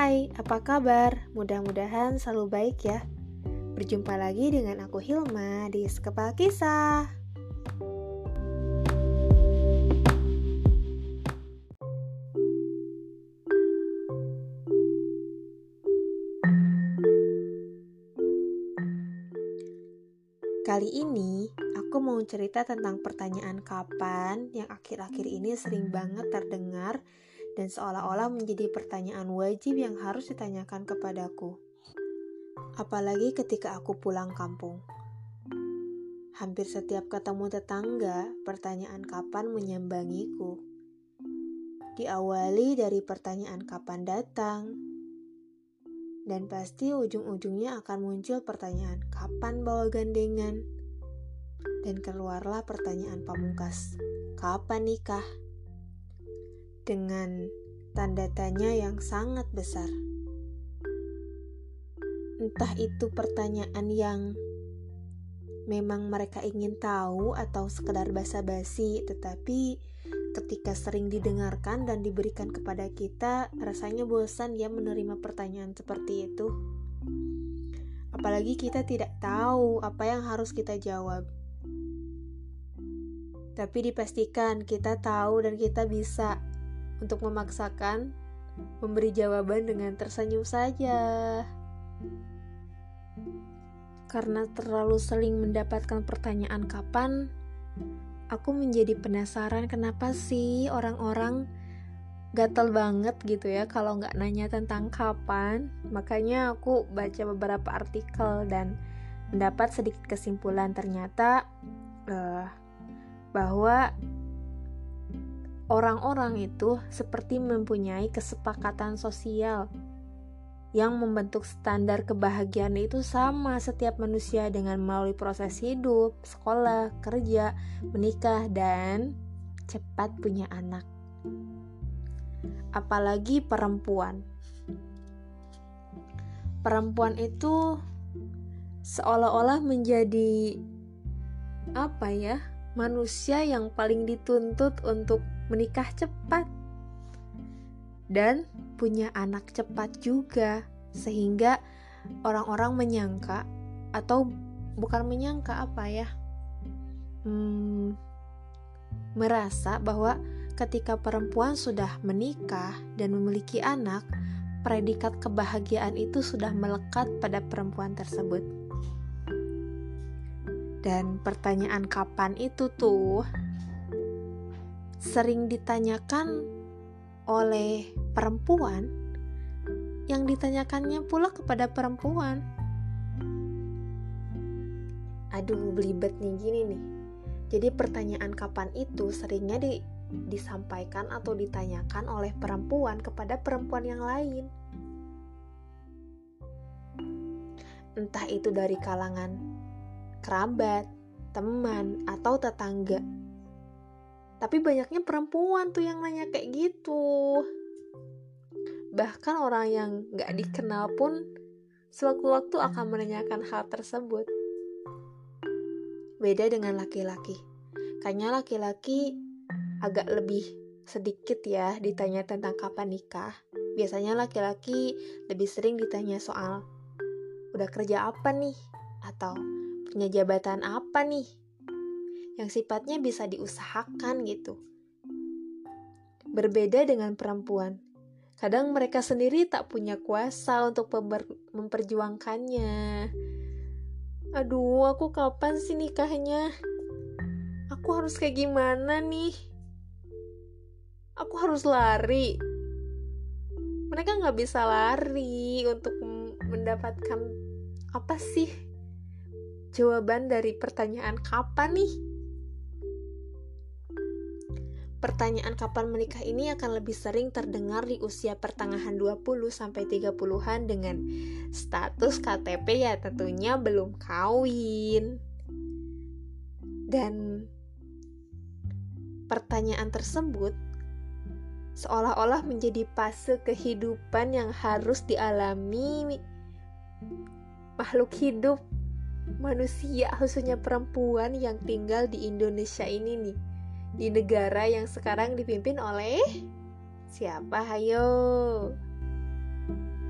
Hai, apa kabar? Mudah-mudahan selalu baik ya. Berjumpa lagi dengan aku Hilma di Sekepal Kisah. Kali ini aku mau cerita tentang pertanyaan kapan yang akhir-akhir ini sering banget terdengar dan seolah-olah menjadi pertanyaan wajib yang harus ditanyakan kepadaku. Apalagi ketika aku pulang kampung. Hampir setiap ketemu tetangga, pertanyaan kapan menyambangiku. Diawali dari pertanyaan kapan datang, dan pasti ujung-ujungnya akan muncul pertanyaan kapan bawa gandengan, dan keluarlah pertanyaan pamungkas, kapan nikah? Dengan tanda tanya yang sangat besar. Entah itu pertanyaan yang memang mereka ingin tahu atau sekedar basa-basi, tetapi ketika sering didengarkan dan diberikan kepada kita, rasanya bosan ya menerima pertanyaan seperti itu. Apalagi kita tidak tahu apa yang harus kita jawab. Tapi dipastikan kita tahu dan kita bisa untuk memaksakan memberi jawaban dengan tersenyum saja. Karena terlalu sering mendapatkan pertanyaan kapan, aku menjadi penasaran kenapa sih orang-orang gatel banget gitu ya kalau nggak nanya tentang kapan. Makanya aku baca beberapa artikel dan mendapat sedikit kesimpulan ternyata bahwa orang-orang itu seperti mempunyai kesepakatan sosial yang membentuk standar kebahagiaan itu sama setiap manusia dengan melalui proses hidup, sekolah, kerja, menikah, dan cepat punya anak. Apalagi perempuan. Perempuan itu seolah-olah menjadi manusia yang paling dituntut untuk menikah cepat dan punya anak cepat juga, sehingga orang-orang menyangka atau bukan menyangka merasa bahwa ketika perempuan sudah menikah dan memiliki anak, predikat kebahagiaan itu sudah melekat pada perempuan tersebut. Dan pertanyaan kapan itu tuh sering ditanyakan oleh perempuan yang ditanyakannya pula kepada perempuan. Aduh, belibet nih gini nih. Jadi pertanyaan kapan itu seringnya disampaikan atau ditanyakan oleh perempuan kepada perempuan yang lain. Entah itu dari kalangan kerabat, teman, atau tetangga. Tapi banyaknya perempuan tuh yang nanya kayak gitu. Bahkan orang yang gak dikenal pun sewaktu-waktu akan menanyakan hal tersebut. Beda dengan laki-laki. Kayaknya laki-laki agak lebih sedikit ya ditanya tentang kapan nikah. Biasanya laki-laki lebih sering ditanya soal udah kerja apa nih? Atau punya jabatan apa nih? Yang sifatnya bisa diusahakan gitu. Berbeda dengan perempuan. Kadang mereka sendiri tak punya kuasa untuk memperjuangkannya. Aduh, aku kapan sih nikahnya? Aku harus kayak gimana nih? Aku harus lari. Mereka gak bisa lari untuk mendapatkan apa sih jawaban dari pertanyaan kapan nih? Pertanyaan kapan menikah ini akan lebih sering terdengar di usia pertengahan 20-30-an dengan status KTP ya tentunya belum kawin. Dan pertanyaan tersebut seolah-olah menjadi fase kehidupan yang harus dialami makhluk hidup, manusia khususnya perempuan yang tinggal di Indonesia ini nih. Di negara yang sekarang dipimpin oleh siapa? Hayo.